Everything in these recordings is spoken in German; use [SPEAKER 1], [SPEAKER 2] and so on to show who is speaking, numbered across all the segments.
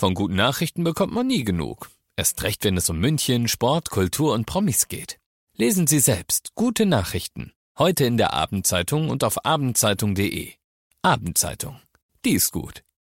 [SPEAKER 1] Von guten Nachrichten bekommt man nie genug. Erst recht, wenn es um München, Sport, Kultur und Promis geht. Lesen Sie selbst gute Nachrichten. Heute in der Abendzeitung und auf abendzeitung.de. Abendzeitung. Die ist gut.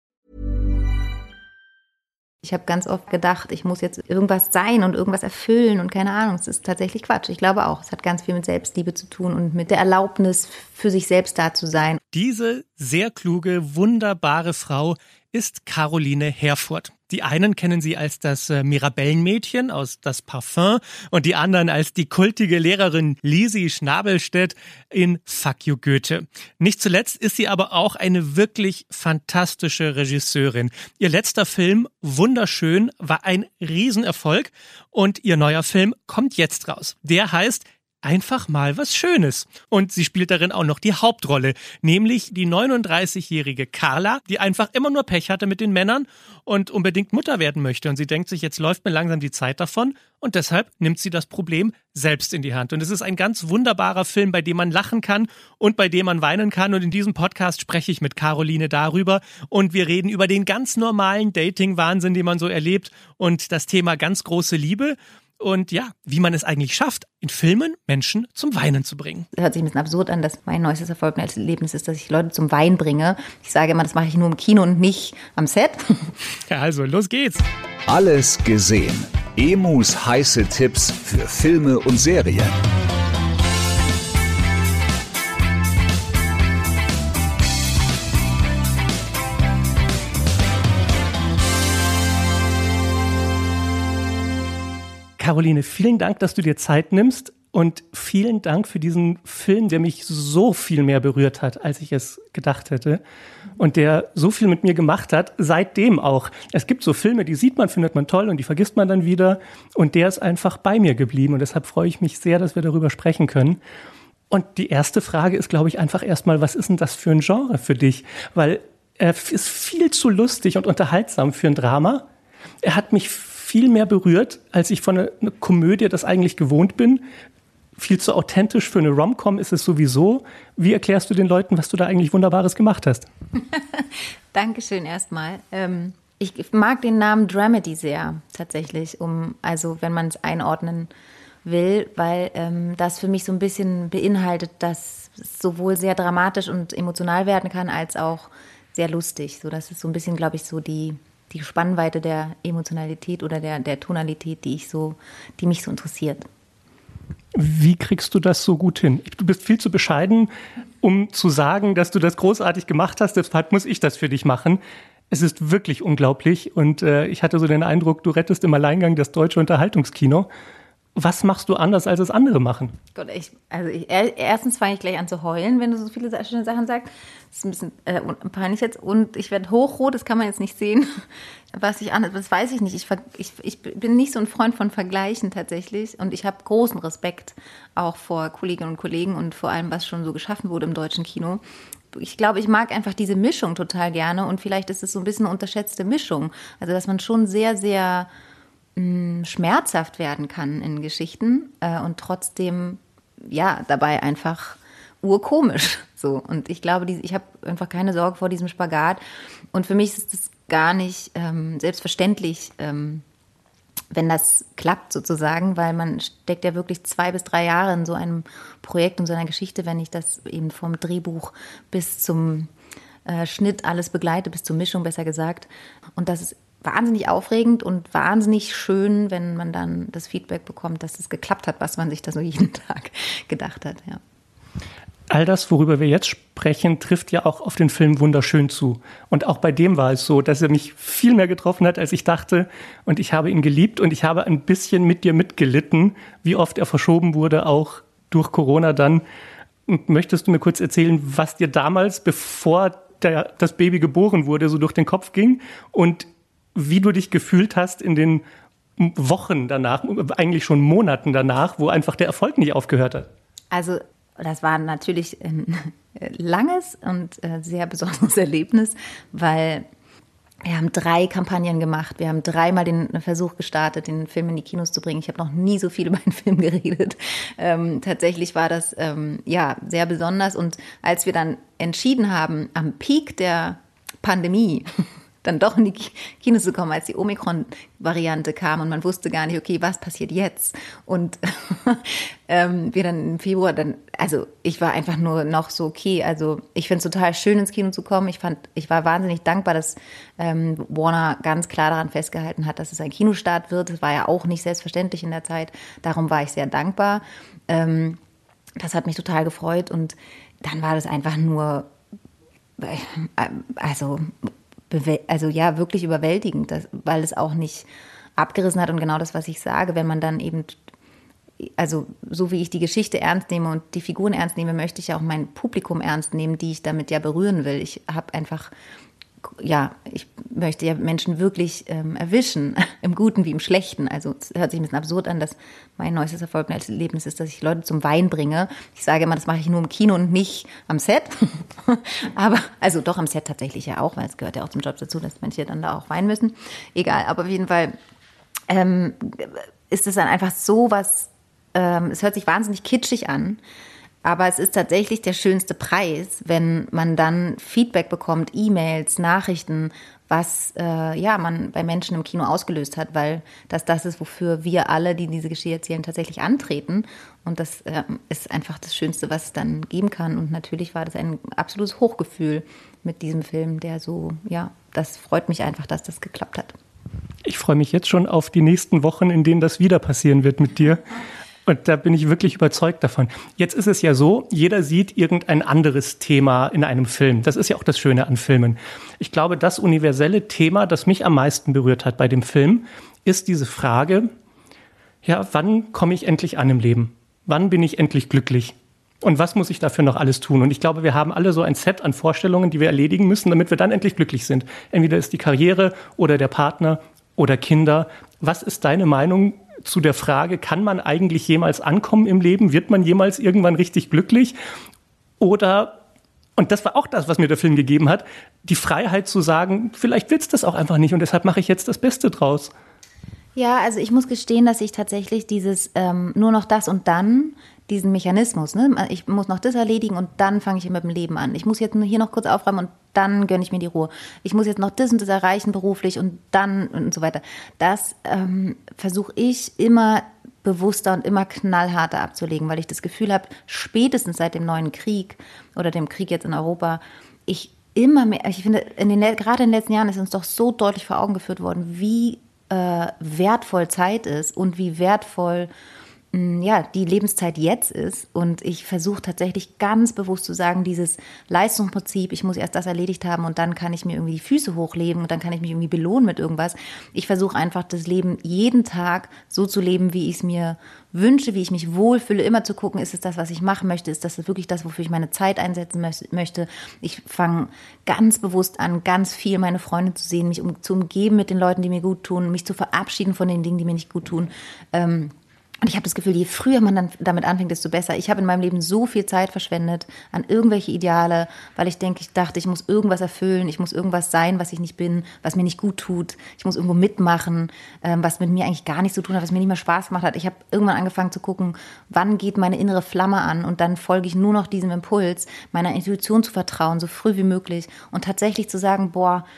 [SPEAKER 2] Ich habe ganz oft gedacht, ich muss jetzt irgendwas sein und irgendwas erfüllen und keine Ahnung. Es ist tatsächlich Quatsch. Ich glaube auch, es hat ganz viel mit Selbstliebe zu tun und mit der Erlaubnis, für sich selbst da zu sein.
[SPEAKER 3] Diese sehr kluge, wunderbare Frau ist Caroline Herfurth. Die einen kennen sie als das Mirabellenmädchen aus Das Parfum und die anderen als die kultige Lehrerin Lisi Schnabelstedt in Fuck you Goethe. Nicht zuletzt ist sie aber auch eine wirklich fantastische Regisseurin. Ihr letzter Film, Wunderschön, war ein Riesenerfolg und ihr neuer Film kommt jetzt raus. Der heißt Einfach mal was Schönes. Und sie spielt darin auch noch die Hauptrolle, nämlich die 39-jährige Carla, die einfach immer nur Pech hatte mit den Männern und unbedingt Mutter werden möchte. Und sie denkt sich, jetzt läuft mir langsam die Zeit davon und deshalb nimmt sie das Problem selbst in die Hand. Und es ist ein ganz wunderbarer Film, bei dem man lachen kann und bei dem man weinen kann. Und in diesem Podcast spreche ich mit Caroline darüber und wir reden über den ganz normalen Dating-Wahnsinn, den man so erlebt und das Thema ganz große Liebe. Und ja, wie man es eigentlich schafft, in Filmen Menschen zum Weinen zu bringen.
[SPEAKER 2] Das hört sich ein bisschen absurd an, dass mein neuestes Erfolgserlebnis ist, dass ich Leute zum Weinen bringe. Ich sage immer, das mache ich nur im Kino und nicht am Set.
[SPEAKER 3] Ja, also, los geht's.
[SPEAKER 4] Alles gesehen. Emus heiße Tipps für Filme und Serien.
[SPEAKER 3] Caroline, vielen Dank, dass du dir Zeit nimmst und vielen Dank für diesen Film, der mich so viel mehr berührt hat, als ich es gedacht hätte und der so viel mit mir gemacht hat, seitdem auch. Es gibt so Filme, die sieht man, findet man toll und die vergisst man dann wieder und der ist einfach bei mir geblieben und deshalb freue ich mich sehr, dass wir darüber sprechen können. Und die erste Frage ist, glaube ich, einfach erstmal, was ist denn das für ein Genre für dich? Weil er ist viel zu lustig und unterhaltsam für ein Drama. Er hat mich viel mehr berührt, als ich von einer Komödie das eigentlich gewohnt bin. Viel zu authentisch für eine Rom-Com ist es sowieso. Wie erklärst du den Leuten, was du da eigentlich Wunderbares gemacht hast?
[SPEAKER 2] Dankeschön erstmal. Ich mag den Namen Dramedy sehr, tatsächlich, also wenn man es einordnen will, weil das für mich so ein bisschen beinhaltet, dass es sowohl sehr dramatisch und emotional werden kann, als auch sehr lustig. So, das ist so ein bisschen, glaube ich, so die Spannweite der Emotionalität oder der Tonalität, die mich so interessiert.
[SPEAKER 3] Wie kriegst du das so gut hin? Du bist viel zu bescheiden, um zu sagen, dass du das großartig gemacht hast. Deshalb muss ich das für dich machen. Es ist wirklich unglaublich und ich hatte so den Eindruck, du rettest im Alleingang das deutsche Unterhaltungskino. Was machst du anders, als es andere machen?
[SPEAKER 2] Gott, erstens fange ich gleich an zu heulen, wenn du so viele schöne Sachen sagst. Das ist ein bisschen peinlich jetzt. Und ich werde hochrot, das kann man jetzt nicht sehen. Das weiß ich nicht. Ich bin nicht so ein Freund von Vergleichen tatsächlich. Und ich habe großen Respekt auch vor Kolleginnen und Kollegen und vor allem, was schon so geschaffen wurde im deutschen Kino. Ich glaube, ich mag einfach diese Mischung total gerne. Und vielleicht ist es so ein bisschen eine unterschätzte Mischung. Also, dass man schon sehr, sehr schmerzhaft werden kann in Geschichten und trotzdem dabei einfach urkomisch. So. Und ich glaube, ich habe einfach keine Sorge vor diesem Spagat. Und für mich ist es gar nicht selbstverständlich, wenn das klappt sozusagen, weil man steckt ja wirklich 2 bis 3 Jahre in so einem Projekt und so einer Geschichte, wenn ich das eben vom Drehbuch bis zum Schnitt alles begleite, bis zur Mischung besser gesagt. Und das ist wahnsinnig aufregend und wahnsinnig schön, wenn man dann das Feedback bekommt, dass es geklappt hat, was man sich da so jeden Tag gedacht hat. Ja.
[SPEAKER 3] All das, worüber wir jetzt sprechen, trifft ja auch auf den Film Wunderschön zu. Und auch bei dem war es so, dass er mich viel mehr getroffen hat, als ich dachte. Und ich habe ihn geliebt und ich habe ein bisschen mit dir mitgelitten, wie oft er verschoben wurde, auch durch Corona dann. Und möchtest du mir kurz erzählen, was dir damals, bevor das Baby geboren wurde, so durch den Kopf ging und wie du dich gefühlt hast in den Wochen danach, eigentlich schon Monaten danach, wo einfach der Erfolg nicht aufgehört hat?
[SPEAKER 2] Also das war natürlich ein langes und sehr besonderes Erlebnis, weil wir haben 3 Kampagnen gemacht. Wir haben 3-mal den Versuch gestartet, den Film in die Kinos zu bringen. Ich habe noch nie so viel über einen Film geredet. Tatsächlich war das sehr besonders. Und als wir dann entschieden haben, am Peak der Pandemie, dann doch in die Kinos zu kommen, als die Omikron-Variante kam und man wusste gar nicht, okay, was passiert jetzt? Und wir dann im Februar also ich war einfach nur noch so, okay, also ich finde es total schön, ins Kino zu kommen. Ich war wahnsinnig dankbar, dass Warner ganz klar daran festgehalten hat, dass es ein Kinostart wird. Das war ja auch nicht selbstverständlich in der Zeit. Darum war ich sehr dankbar. Das hat mich total gefreut und dann war das einfach nur, also ja, wirklich überwältigend, weil es auch nicht abgerissen hat und genau das, was ich sage, wenn man dann eben, also so wie ich die Geschichte ernst nehme und die Figuren ernst nehme, möchte ich ja auch mein Publikum ernst nehmen, die ich damit ja berühren will. Ich habe einfach, ja, ich möchte ja Menschen wirklich erwischen, im Guten wie im Schlechten. Also es hört sich ein bisschen absurd an, dass mein neuestes Erfolgserlebnis ist, dass ich Leute zum Weinen bringe. Ich sage immer, das mache ich nur im Kino und nicht am Set. Aber, also doch am Set tatsächlich ja auch, weil es gehört ja auch zum Job dazu, dass manche dann da auch weinen müssen. Egal, aber auf jeden Fall ist es dann einfach so was, es hört sich wahnsinnig kitschig an, aber es ist tatsächlich der schönste Preis, wenn man dann Feedback bekommt, E-Mails, Nachrichten, was man bei Menschen im Kino ausgelöst hat, weil das ist, wofür wir alle, die diese Geschichte erzählen, tatsächlich antreten. Und das ist einfach das Schönste, was es dann geben kann. Und natürlich war das ein absolutes Hochgefühl mit diesem Film, der so, ja, das freut mich einfach, dass das geklappt hat.
[SPEAKER 3] Ich freue mich jetzt schon auf die nächsten Wochen, in denen das wieder passieren wird mit dir. Und da bin ich wirklich überzeugt davon. Jetzt ist es ja so, jeder sieht irgendein anderes Thema in einem Film. Das ist ja auch das Schöne an Filmen. Ich glaube, das universelle Thema, das mich am meisten berührt hat bei dem Film, ist diese Frage, ja, wann komme ich endlich an im Leben? Wann bin ich endlich glücklich? Und was muss ich dafür noch alles tun? Und ich glaube, wir haben alle so ein Set an Vorstellungen, die wir erledigen müssen, damit wir dann endlich glücklich sind. Entweder ist die Karriere oder der Partner oder Kinder. Was ist deine Meinung zu der Frage, kann man eigentlich jemals ankommen im Leben? Wird man jemals irgendwann richtig glücklich? Oder, und das war auch das, was mir der Film gegeben hat, die Freiheit zu sagen, vielleicht wird's das auch einfach nicht und deshalb mache ich jetzt das Beste draus.
[SPEAKER 2] Ja, also ich muss gestehen, dass ich tatsächlich dieses nur noch das und dann, diesen Mechanismus, ne? Ich muss noch das erledigen und dann fange ich mit dem Leben an. Ich muss jetzt nur hier noch kurz aufräumen und dann gönne ich mir die Ruhe. Ich muss jetzt noch das und das erreichen beruflich und dann und so weiter. Das versuche ich immer bewusster und immer knallharter abzulegen, weil ich das Gefühl habe, spätestens seit dem neuen Krieg oder dem Krieg jetzt in Europa, ich finde, gerade in den letzten Jahren ist uns doch so deutlich vor Augen geführt worden, wie wertvoll Zeit ist und wie wertvoll die Lebenszeit jetzt ist. Und ich versuche tatsächlich ganz bewusst zu sagen, dieses Leistungsprinzip, ich muss erst das erledigt haben und dann kann ich mir irgendwie die Füße hochleben und dann kann ich mich irgendwie belohnen mit irgendwas. Ich versuche einfach das Leben jeden Tag so zu leben, wie ich es mir wünsche, wie ich mich wohlfühle, immer zu gucken, ist es das, was ich machen möchte, ist das wirklich das, wofür ich meine Zeit einsetzen möchte. Ich fange ganz bewusst an, ganz viel meine Freunde zu sehen, mich zu umgeben mit den Leuten, die mir gut tun, mich zu verabschieden von den Dingen, die mir nicht gut tun. Und ich habe das Gefühl, je früher man dann damit anfängt, desto besser. Ich habe in meinem Leben so viel Zeit verschwendet an irgendwelche Ideale, weil ich dachte, ich muss irgendwas erfüllen, ich muss irgendwas sein, was ich nicht bin, was mir nicht gut tut. Ich muss irgendwo mitmachen, was mit mir eigentlich gar nichts zu tun hat, was mir nicht mehr Spaß gemacht hat. Ich habe irgendwann angefangen zu gucken, wann geht meine innere Flamme an und dann folge ich nur noch diesem Impuls, meiner Intuition zu vertrauen, so früh wie möglich und tatsächlich zu sagen,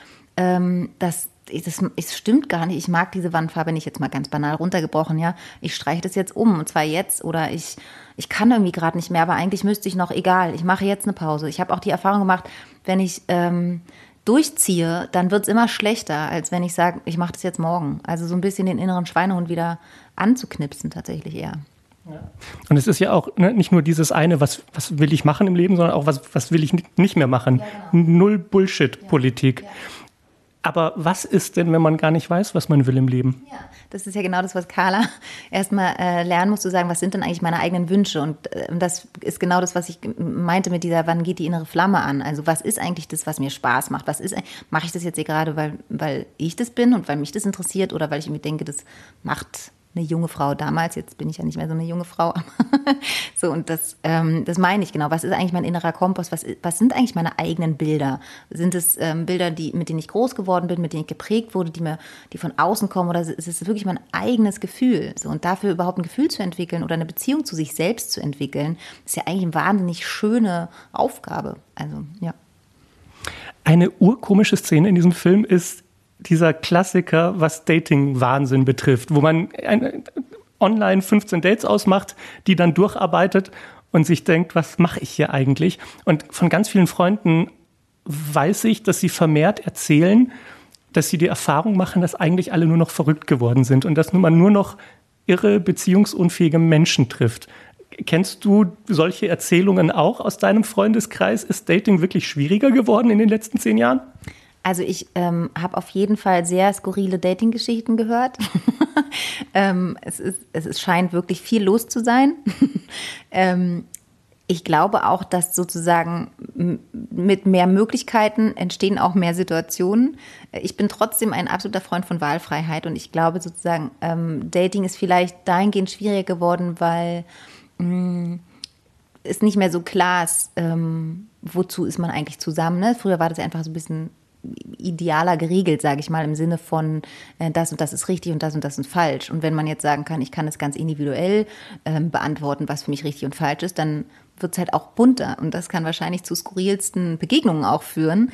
[SPEAKER 2] das stimmt gar nicht. Ich mag diese Wandfarbe nicht, jetzt mal ganz banal runtergebrochen, ja. Ich streiche das jetzt um, und zwar jetzt, oder ich kann irgendwie gerade nicht mehr, aber eigentlich müsste ich noch, egal, ich mache jetzt eine Pause. Ich habe auch die Erfahrung gemacht, wenn ich durchziehe, dann wird es immer schlechter, als wenn ich sage, ich mache das jetzt morgen. Also so ein bisschen den inneren Schweinehund wieder anzuknipsen tatsächlich eher.
[SPEAKER 3] Ja. Und es ist ja auch nicht nur dieses eine, was will ich machen im Leben, sondern auch, was will ich nicht mehr machen. Ja, genau. Null Bullshit-Politik. Ja. Aber was ist denn, wenn man gar nicht weiß, was man will im Leben?
[SPEAKER 2] Ja, das ist ja genau das, was Carla erstmal lernen muss, zu sagen, was sind denn eigentlich meine eigenen Wünsche? Und das ist genau das, was ich meinte mit dieser, wann geht die innere Flamme an? Also was ist eigentlich das, was mir Spaß macht? Mache ich das jetzt hier gerade, weil ich das bin und weil mich das interessiert oder weil ich mir denke, das macht eine junge Frau damals, jetzt bin ich ja nicht mehr so eine junge Frau, so, und das meine ich genau. Was ist eigentlich mein innerer Kompass? Was sind eigentlich meine eigenen Bilder? Sind es Bilder, mit denen ich groß geworden bin, mit denen ich geprägt wurde, die von außen kommen, oder ist es wirklich mein eigenes Gefühl? So, und dafür überhaupt ein Gefühl zu entwickeln oder eine Beziehung zu sich selbst zu entwickeln, ist ja eigentlich eine wahnsinnig schöne Aufgabe. Also, ja.
[SPEAKER 3] Eine urkomische Szene in diesem Film ist dieser Klassiker, was Dating-Wahnsinn betrifft, wo man online 15 Dates ausmacht, die dann durcharbeitet und sich denkt, was mache ich hier eigentlich? Und von ganz vielen Freunden weiß ich, dass sie vermehrt erzählen, dass sie die Erfahrung machen, dass eigentlich alle nur noch verrückt geworden sind und dass man nur noch irre, beziehungsunfähige Menschen trifft. Kennst du solche Erzählungen auch aus deinem Freundeskreis? Ist Dating wirklich schwieriger geworden in den letzten 10 Jahren?
[SPEAKER 2] Also ich habe auf jeden Fall sehr skurrile Dating-Geschichten gehört. Es scheint wirklich viel los zu sein. Ich glaube auch, dass sozusagen mit mehr Möglichkeiten entstehen auch mehr Situationen. Ich bin trotzdem ein absoluter Freund von Wahlfreiheit und ich glaube sozusagen, Dating ist vielleicht dahingehend schwieriger geworden, weil es nicht mehr so klar ist, wozu ist man eigentlich zusammen. Ne? Früher war das einfach so ein bisschen idealer geregelt, sage ich mal, im Sinne von das und das ist richtig und das ist falsch. Und wenn man jetzt sagen kann, ich kann das ganz individuell beantworten, was für mich richtig und falsch ist, dann wird es halt auch bunter. Und das kann wahrscheinlich zu skurrilsten Begegnungen auch führen.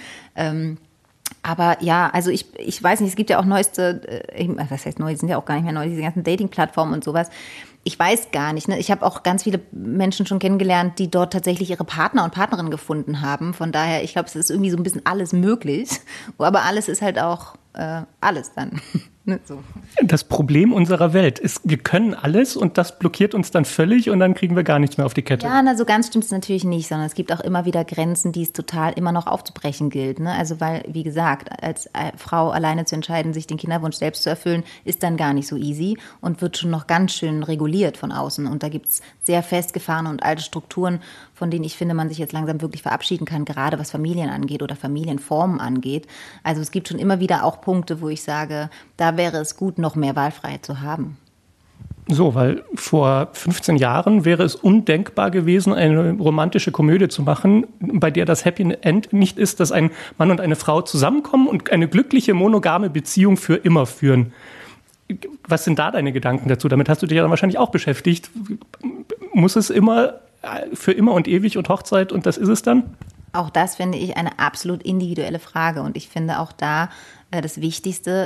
[SPEAKER 2] Aber ja, also ich weiß nicht, es gibt ja auch neueste, was heißt neu, die sind ja auch gar nicht mehr neu, diese ganzen Dating-Plattformen und sowas. Ich weiß gar nicht, ne? Ich habe auch ganz viele Menschen schon kennengelernt, die dort tatsächlich ihre Partner und Partnerinnen gefunden haben. Von daher, ich glaube, es ist irgendwie so ein bisschen alles möglich. Aber alles ist halt auch alles dann. So.
[SPEAKER 3] Das Problem unserer Welt ist, wir können alles und das blockiert uns dann völlig und dann kriegen wir gar nichts mehr auf die Kette.
[SPEAKER 2] Ja, na, so ganz stimmt es natürlich nicht, sondern es gibt auch immer wieder Grenzen, die es total immer noch aufzubrechen gilt. Ne? Also weil, wie gesagt, als Frau alleine zu entscheiden, sich den Kinderwunsch selbst zu erfüllen, ist dann gar nicht so easy und wird schon noch ganz schön reguliert von außen. Und da gibt es sehr festgefahrene und alte Strukturen, von denen ich finde, man sich jetzt langsam wirklich verabschieden kann, gerade was Familien angeht oder Familienformen angeht. Also es gibt schon immer wieder auch Punkte, wo ich sage, da wäre es gut, noch mehr Wahlfreiheit zu haben.
[SPEAKER 3] So, weil vor 15 Jahren wäre es undenkbar gewesen, eine romantische Komödie zu machen, bei der das Happy End nicht ist, dass ein Mann und eine Frau zusammenkommen und eine glückliche monogame Beziehung für immer führen. Was sind da deine Gedanken dazu? Damit hast du dich ja dann wahrscheinlich auch beschäftigt. Muss es immer für immer und ewig und Hochzeit und das ist es dann?
[SPEAKER 2] Auch das finde ich eine absolut individuelle Frage und ich finde auch da das Wichtigste,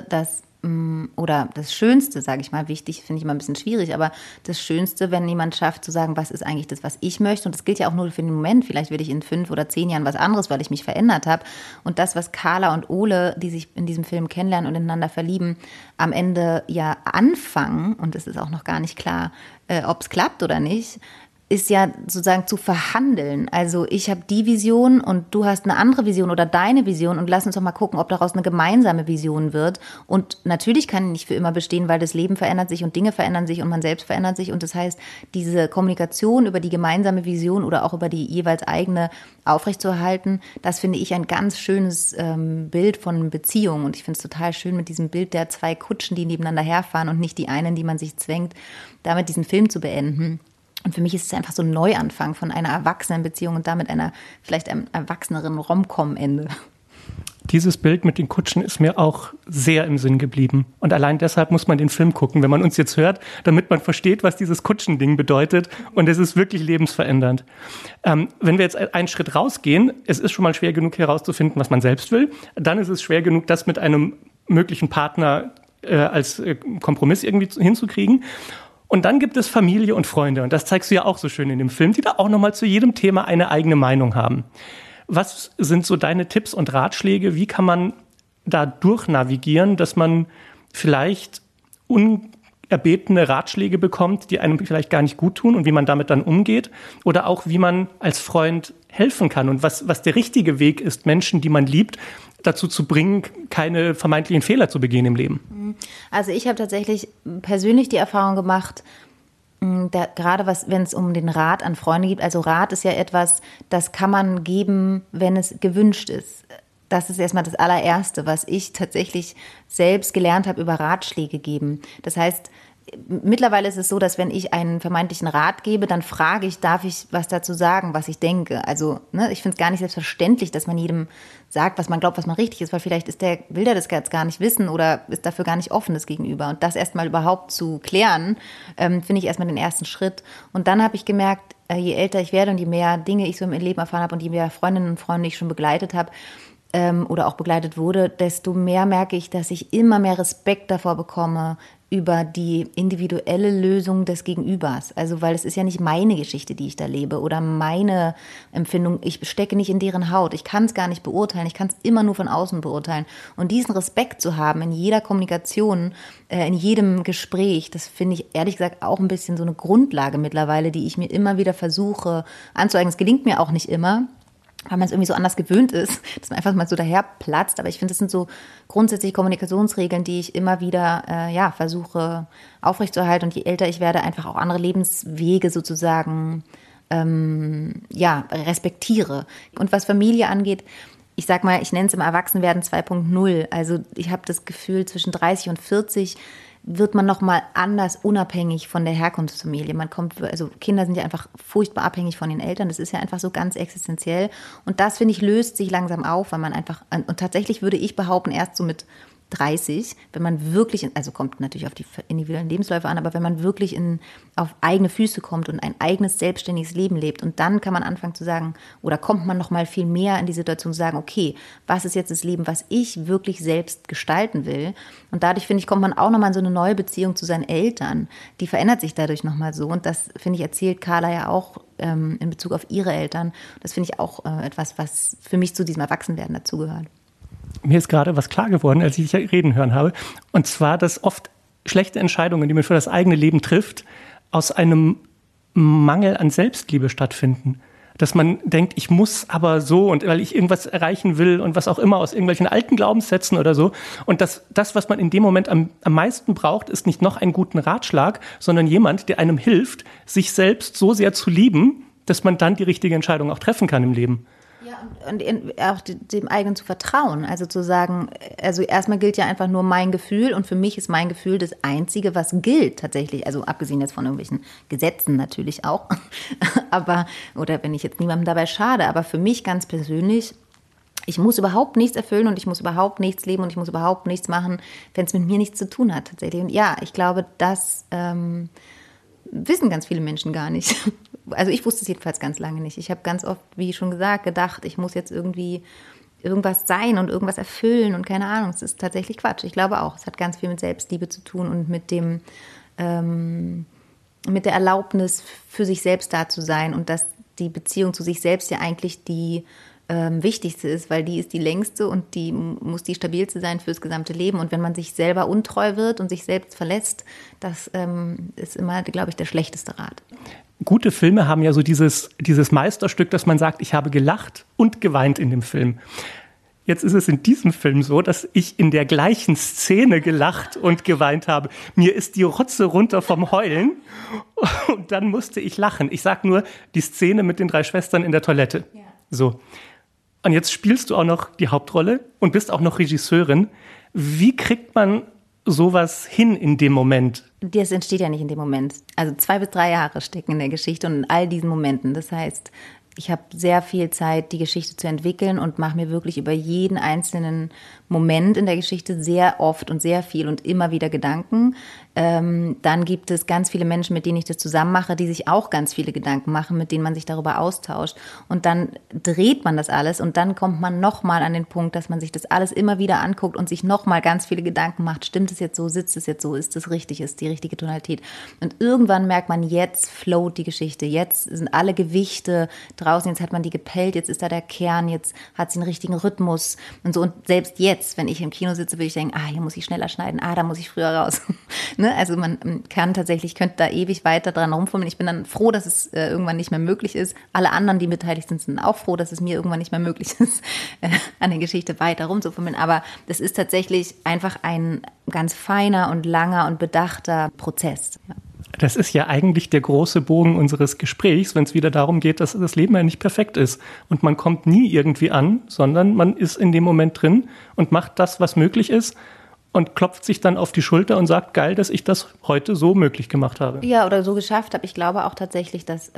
[SPEAKER 2] oder das Schönste, sage ich mal, wichtig finde ich immer ein bisschen schwierig, aber das Schönste, wenn jemand schafft zu sagen, was ist eigentlich das, was ich möchte und das gilt ja auch nur für den Moment, vielleicht will ich in 5 oder 10 Jahren was anderes, weil ich mich verändert habe und das, was Carla und Ole, die sich in diesem Film kennenlernen und ineinander verlieben, am Ende ja anfangen und es ist auch noch gar nicht klar, ob es klappt oder nicht, ist ja sozusagen zu verhandeln. Also ich habe die Vision und du hast eine andere Vision oder deine Vision und lass uns doch mal gucken, ob daraus eine gemeinsame Vision wird. Und natürlich kann die nicht für immer bestehen, weil das Leben verändert sich und Dinge verändern sich und man selbst verändert sich. Und das heißt, diese Kommunikation über die gemeinsame Vision oder auch über die jeweils eigene aufrechtzuerhalten, das finde ich ein ganz schönes Bild von Beziehung. Und ich finde es total schön mit diesem Bild der 2 Kutschen, die nebeneinander herfahren und nicht die einen, die man sich zwängt, damit diesen Film zu beenden. Und für mich ist es einfach so ein Neuanfang von einer Erwachsenenbeziehung und damit vielleicht einem erwachseneren Rom-Com-Ende.
[SPEAKER 3] Dieses Bild mit den Kutschen ist mir auch sehr im Sinn geblieben. Und allein deshalb muss man den Film gucken, wenn man uns jetzt hört, damit man versteht, was dieses Kutschending bedeutet. Und es ist wirklich lebensverändernd. Wenn wir jetzt einen Schritt rausgehen, es ist schon mal schwer genug herauszufinden, was man selbst will. Dann ist es schwer genug, das mit einem möglichen Partner als Kompromiss irgendwie hinzukriegen. Und dann gibt es Familie und Freunde. Und das zeigst du ja auch so schön in dem Film, die da auch nochmal zu jedem Thema eine eigene Meinung haben. Was sind so deine Tipps und Ratschläge? Wie kann man da durchnavigieren, dass man vielleicht unerbetene Ratschläge bekommt, die einem vielleicht gar nicht gut tun und wie man damit dann umgeht? Oder auch, wie man als Freund helfen kann und was der richtige Weg ist, Menschen, die man liebt, dazu zu bringen, keine vermeintlichen Fehler zu begehen im Leben?
[SPEAKER 2] Also ich habe tatsächlich persönlich die Erfahrung gemacht, gerade wenn es um den Rat an Freunde geht, also Rat ist ja etwas, das kann man geben, wenn es gewünscht ist. Das ist erstmal das allererste, was ich tatsächlich selbst gelernt habe über Ratschläge geben. Das heißt, mittlerweile ist es so, dass wenn ich einen vermeintlichen Rat gebe, dann frage ich, darf ich was dazu sagen, was ich denke? Also ich finde es gar nicht selbstverständlich, dass man jedem sagt, was man glaubt, was man richtig ist, weil vielleicht will der das jetzt gar nicht wissen oder ist dafür gar nicht offen das Gegenüber. Und das erstmal überhaupt zu klären, finde ich erstmal den ersten Schritt. Und dann habe ich gemerkt, je älter ich werde und je mehr Dinge ich so im Leben erfahren habe und je mehr Freundinnen und Freunde ich schon begleitet habe, oder auch begleitet wurde, desto mehr merke ich, dass ich immer mehr Respekt davor bekomme, über die individuelle Lösung des Gegenübers. Also, weil es ist ja nicht meine Geschichte, die ich da lebe oder meine Empfindung. Ich stecke nicht in deren Haut. Ich kann es gar nicht beurteilen. Ich kann es immer nur von außen beurteilen. Und diesen Respekt zu haben in jeder Kommunikation, in jedem Gespräch, das finde ich ehrlich gesagt auch ein bisschen so eine Grundlage mittlerweile, die ich mir immer wieder versuche anzueignen. Es gelingt mir auch nicht immer, weil man es irgendwie so anders gewöhnt ist, dass man einfach mal so daher platzt. Aber ich finde, das sind so grundsätzliche Kommunikationsregeln, die ich immer wieder versuche aufrechtzuerhalten. Und je älter ich werde, einfach auch andere Lebenswege sozusagen respektiere. Und was Familie angeht, ich sag mal, ich nenne es immer Erwachsenwerden 2.0. Also ich habe das Gefühl, zwischen 30 und 40 wird man nochmal anders unabhängig von der Herkunftsfamilie. Also Kinder sind ja einfach furchtbar abhängig von den Eltern. Das ist ja einfach so ganz existenziell. Und das, finde ich, löst sich langsam auf, weil man einfach, und tatsächlich würde ich behaupten, erst so mit 30, wenn man wirklich, also kommt natürlich auf die individuellen Lebensläufe an, aber wenn man wirklich auf eigene Füße kommt und ein eigenes, selbstständiges Leben lebt, und dann kann man anfangen zu sagen, oder kommt man noch mal viel mehr in die Situation zu sagen, okay, was ist jetzt das Leben, was ich wirklich selbst gestalten will? Und dadurch, finde ich, kommt man auch noch mal in so eine neue Beziehung zu seinen Eltern. Die verändert sich dadurch noch mal so. Und das, finde ich, erzählt Carla ja auch in Bezug auf ihre Eltern. Das finde ich auch etwas, was für mich zu diesem Erwachsenwerden dazugehört.
[SPEAKER 3] Mir ist gerade was klar geworden, als ich dich reden hören habe. Und zwar, dass oft schlechte Entscheidungen, die man für das eigene Leben trifft, aus einem Mangel an Selbstliebe stattfinden. Dass man denkt, ich muss aber so, und weil ich irgendwas erreichen will und was auch immer, aus irgendwelchen alten Glaubenssätzen oder so. Und das, was man in dem Moment am meisten braucht, ist nicht noch einen guten Ratschlag, sondern jemand, der einem hilft, sich selbst so sehr zu lieben, dass man dann die richtige Entscheidung auch treffen kann im Leben.
[SPEAKER 2] Ja, und auch dem eigenen zu vertrauen, also zu sagen, also erstmal gilt ja einfach nur mein Gefühl, und für mich ist mein Gefühl das Einzige, was gilt tatsächlich, also abgesehen jetzt von irgendwelchen Gesetzen natürlich auch, aber, oder wenn ich jetzt niemandem dabei schade, aber für mich ganz persönlich, ich muss überhaupt nichts erfüllen und ich muss überhaupt nichts leben und ich muss überhaupt nichts machen, wenn es mit mir nichts zu tun hat tatsächlich. Und ja, ich glaube, das wissen ganz viele Menschen gar nicht. Also ich wusste es jedenfalls ganz lange nicht. Ich habe ganz oft, wie schon gesagt, gedacht, ich muss jetzt irgendwie irgendwas sein und irgendwas erfüllen und keine Ahnung. Es ist tatsächlich Quatsch. Ich glaube auch, es hat ganz viel mit Selbstliebe zu tun und mit der Erlaubnis, für sich selbst da zu sein, und dass die Beziehung zu sich selbst ja eigentlich die wichtigste ist, weil die ist die längste und die muss die stabilste sein fürs gesamte Leben. Und wenn man sich selber untreu wird und sich selbst verlässt, das ist immer, glaube ich, der schlechteste Rat.
[SPEAKER 3] Gute Filme haben ja so dieses Meisterstück, dass man sagt, ich habe gelacht und geweint in dem Film. Jetzt ist es in diesem Film so, dass ich in der gleichen Szene gelacht und geweint habe. Mir ist die Rotze runter vom Heulen und dann musste ich lachen. Ich sag nur die Szene mit den 3 Schwestern in der Toilette. Ja. So. Und jetzt spielst du auch noch die Hauptrolle und bist auch noch Regisseurin. Wie kriegt man sowas hin in dem Moment?
[SPEAKER 2] Das entsteht ja nicht in dem Moment. Also 2 bis 3 Jahre stecken in der Geschichte und in all diesen Momenten. Das heißt, ich habe sehr viel Zeit, die Geschichte zu entwickeln und mache mir wirklich über jeden einzelnen Moment in der Geschichte sehr oft und sehr viel und immer wieder Gedanken. Dann gibt es ganz viele Menschen, mit denen ich das zusammen mache, die sich auch ganz viele Gedanken machen, mit denen man sich darüber austauscht. Und dann dreht man das alles und dann kommt man nochmal an den Punkt, dass man sich das alles immer wieder anguckt und sich nochmal ganz viele Gedanken macht. Stimmt es jetzt so? Sitzt es jetzt so? Ist es richtig? Ist die richtige Tonalität? Und irgendwann merkt man, jetzt float die Geschichte. Jetzt sind alle Gewichte draußen. Jetzt hat man die gepellt. Jetzt ist da der Kern. Jetzt hat sie einen richtigen Rhythmus und so. Und selbst jetzt, wenn ich im Kino sitze, würde ich denken, hier muss ich schneller schneiden. Da muss ich früher raus. Ne? Also man könnte da ewig weiter dran rumfummeln. Ich bin dann froh, dass es irgendwann nicht mehr möglich ist. Alle anderen, die beteiligt sind, sind auch froh, dass es mir irgendwann nicht mehr möglich ist, an der Geschichte weiter rumzufummeln. Aber das ist tatsächlich einfach ein ganz feiner und langer und bedachter Prozess. Ja.
[SPEAKER 3] Das ist ja eigentlich der große Bogen unseres Gesprächs, wenn es wieder darum geht, dass das Leben ja nicht perfekt ist. Und man kommt nie irgendwie an, sondern man ist in dem Moment drin und macht das, was möglich ist, und klopft sich dann auf die Schulter und sagt, geil, dass ich das heute so möglich gemacht habe.
[SPEAKER 2] Ja, oder so geschafft habe. Ich glaube auch tatsächlich, dass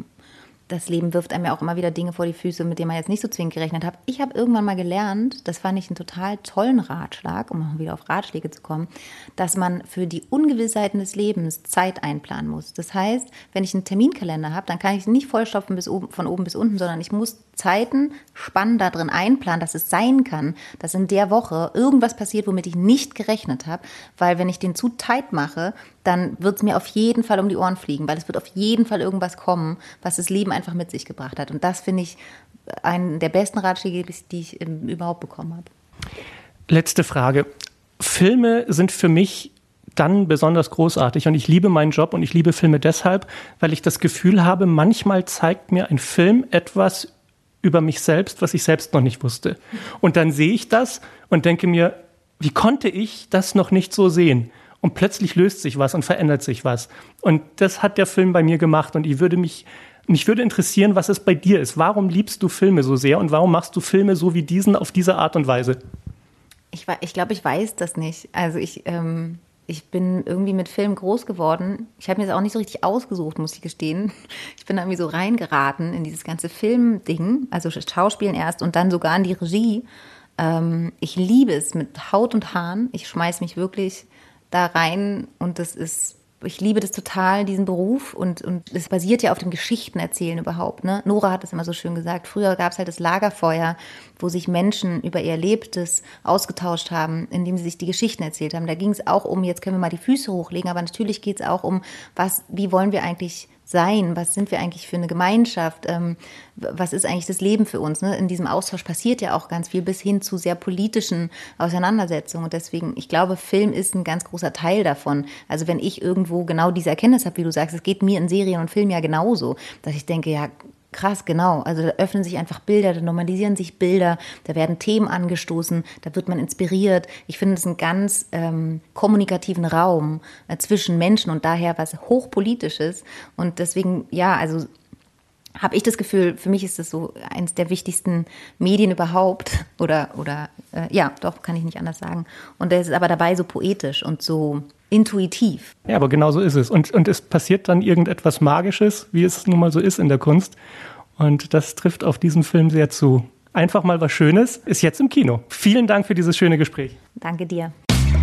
[SPEAKER 2] das Leben wirft einem ja auch immer wieder Dinge vor die Füße, mit denen man jetzt nicht so zwingend gerechnet hat. Ich habe irgendwann mal gelernt, das fand ich einen total tollen Ratschlag, um auch wieder auf Ratschläge zu kommen, dass man für die Ungewissheiten des Lebens Zeit einplanen muss. Das heißt, wenn ich einen Terminkalender habe, dann kann ich ihn nicht vollstopfen von oben bis unten, sondern ich muss Zeitenspannen da drin einplanen, dass es sein kann, dass in der Woche irgendwas passiert, womit ich nicht gerechnet habe, weil wenn ich den zu tight mache, dann wird es mir auf jeden Fall um die Ohren fliegen, weil es wird auf jeden Fall irgendwas kommen, was das Leben einfach mit sich gebracht hat. Und das finde ich einen der besten Ratschläge, die ich überhaupt bekommen habe.
[SPEAKER 3] Letzte Frage. Filme sind für mich dann besonders großartig und ich liebe meinen Job und ich liebe Filme deshalb, weil ich das Gefühl habe, manchmal zeigt mir ein Film etwas über mich selbst, was ich selbst noch nicht wusste. Und dann sehe ich das und denke mir, wie konnte ich das noch nicht so sehen? Und plötzlich löst sich was und verändert sich was. Und das hat der Film bei mir gemacht und mich würde interessieren, was es bei dir ist. Warum liebst du Filme so sehr und warum machst du Filme so wie diesen auf diese Art und Weise?
[SPEAKER 2] Ich glaube, ich weiß das nicht. Also ich bin irgendwie mit Film groß geworden. Ich habe mir das auch nicht so richtig ausgesucht, muss ich gestehen. Ich bin da irgendwie so reingeraten in dieses ganze Filmding, also Schauspielen erst und dann sogar in die Regie. Ich liebe es mit Haut und Haaren. Ich schmeiß mich wirklich da rein und ich liebe das total, diesen Beruf und es basiert ja auf dem Geschichtenerzählen überhaupt. Ne? Nora hat es immer so schön gesagt. Früher gab es halt das Lagerfeuer, wo sich Menschen über ihr Erlebtes ausgetauscht haben, indem sie sich die Geschichten erzählt haben. Da ging es auch um, jetzt können wir mal die Füße hochlegen, aber natürlich geht es auch um, wie wollen wir eigentlich sein? Was sind wir eigentlich für eine Gemeinschaft? Was ist eigentlich das Leben für uns? Ne? In diesem Austausch passiert ja auch ganz viel bis hin zu sehr politischen Auseinandersetzungen. Und deswegen, ich glaube, Film ist ein ganz großer Teil davon. Also wenn ich irgendwo genau diese Erkenntnis habe, wie du sagst, es geht mir in Serien und Filmen ja genauso, dass ich denke, ja, krass, genau. Also da öffnen sich einfach Bilder, da normalisieren sich Bilder, da werden Themen angestoßen, da wird man inspiriert. Ich finde es einen ganz kommunikativen Raum zwischen Menschen und daher was Hochpolitisches. Und deswegen, ja, also habe ich das Gefühl, für mich ist das so eins der wichtigsten Medien überhaupt. Ja, doch, kann ich nicht anders sagen. Und der ist aber dabei so poetisch und so intuitiv.
[SPEAKER 3] Ja, aber genau so ist es. Und es passiert dann irgendetwas Magisches, wie es nun mal so ist in der Kunst. Und das trifft auf diesen Film sehr zu. Einfach mal was Schönes ist jetzt im Kino. Vielen Dank für dieses schöne Gespräch.
[SPEAKER 2] Danke dir.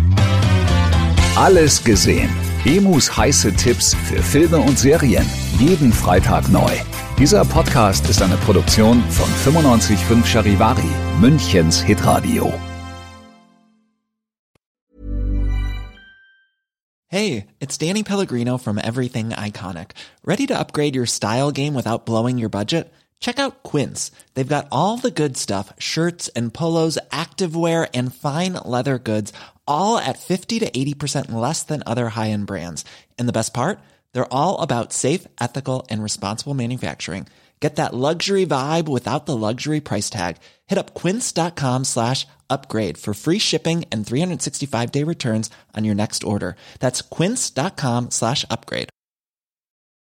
[SPEAKER 4] Alles gesehen. Emus heiße Tipps für Filme und Serien. Jeden Freitag neu. Dieser Podcast ist eine Produktion von 95.5 Charivari, Münchens Hitradio.
[SPEAKER 5] Hey, it's Danny Pellegrino from Everything Iconic. Ready to upgrade your style game without blowing your budget? Check out Quince. They've got all the good stuff, shirts and polos, activewear, and fine leather goods, all at 50 to 80% less than other high-end brands. And the best part? They're all about safe, ethical, and responsible manufacturing. Get that luxury vibe without the luxury price tag. Hit up quince.com/upgrade for free shipping and 365-day returns on your next order. That's quince.com/upgrade.